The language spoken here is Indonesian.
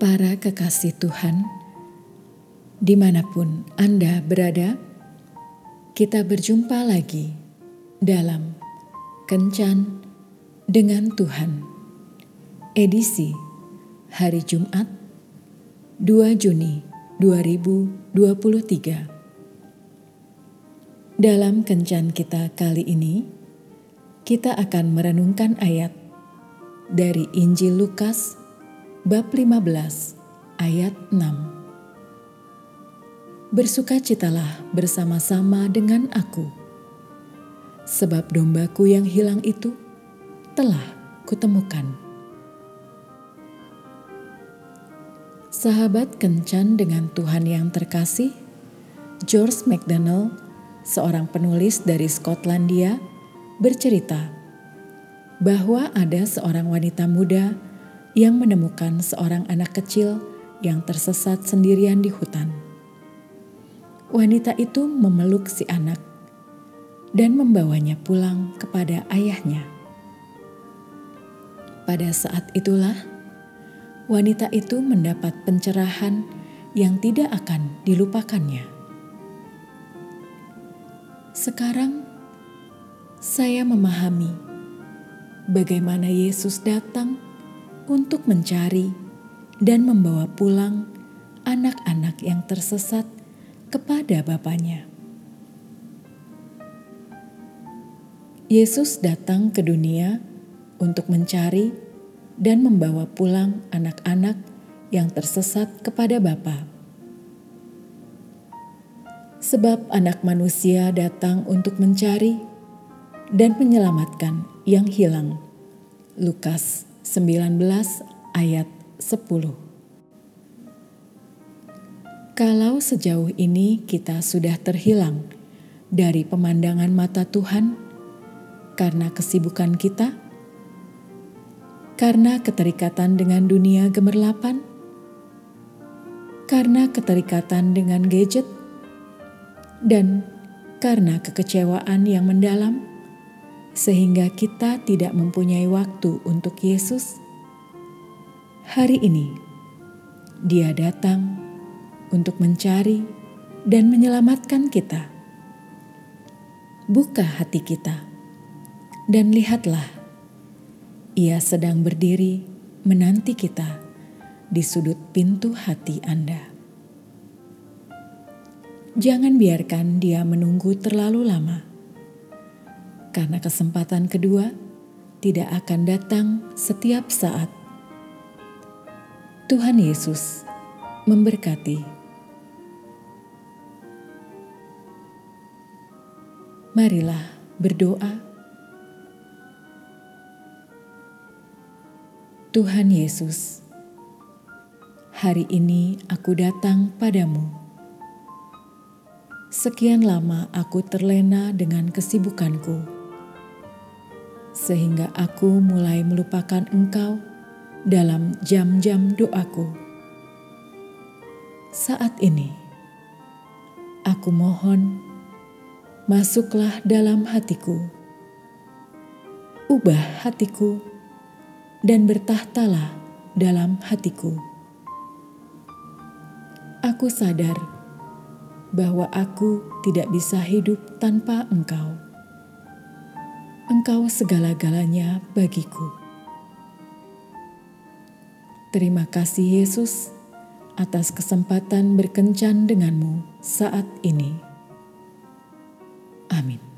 Para kekasih Tuhan, dimanapun Anda berada, kita berjumpa lagi dalam Kencan dengan Tuhan, edisi hari Jumat 2 Juni 2023. Dalam Kencan kita kali ini, kita akan merenungkan ayat dari Injil Lukas bab 15 ayat 6. Bersukacitalah bersama-sama dengan aku, sebab dombaku yang hilang itu telah kutemukan. Sahabat Kencan dengan Tuhan yang terkasih, George MacDonald, seorang penulis dari Skotlandia, bercerita bahwa ada seorang wanita muda yang menemukan seorang anak kecil yang tersesat sendirian di hutan. Wanita itu memeluk si anak dan membawanya pulang kepada ayahnya. Pada saat itulah, wanita itu mendapat pencerahan yang tidak akan dilupakannya. Sekarang, saya memahami bagaimana Yesus datang untuk mencari dan membawa pulang anak-anak yang tersesat kepada Bapanya. Yesus datang ke dunia untuk mencari dan membawa pulang anak-anak yang tersesat kepada Bapa. Sebab Anak Manusia datang untuk mencari dan menyelamatkan yang hilang. Lukas 19 ayat 10. Kalau sejauh ini kita sudah terhilang dari pemandangan mata Tuhan karena kesibukan kita, karena keterikatan dengan dunia gemerlapan, karena keterikatan dengan gadget, dan karena kekecewaan yang mendalam, sehingga kita tidak mempunyai waktu untuk Yesus. Hari ini, Dia datang untuk mencari dan menyelamatkan kita. Buka hati kita dan lihatlah, Ia sedang berdiri menanti kita di sudut pintu hati Anda. Jangan biarkan Dia menunggu terlalu lama, karena kesempatan kedua tidak akan datang setiap saat. Tuhan Yesus memberkati. Marilah berdoa. Tuhan Yesus, hari ini aku datang padamu. Sekian lama aku terlena dengan kesibukanku, sehingga aku mulai melupakan Engkau dalam jam-jam doaku. Saat ini, aku mohon, masuklah dalam hatiku, ubah hatiku, dan bertahtalah dalam hatiku. Aku sadar bahwa aku tidak bisa hidup tanpa Engkau. Engkau segala-galanya bagiku. Terima kasih Yesus atas kesempatan berkencan denganmu saat ini. Amin.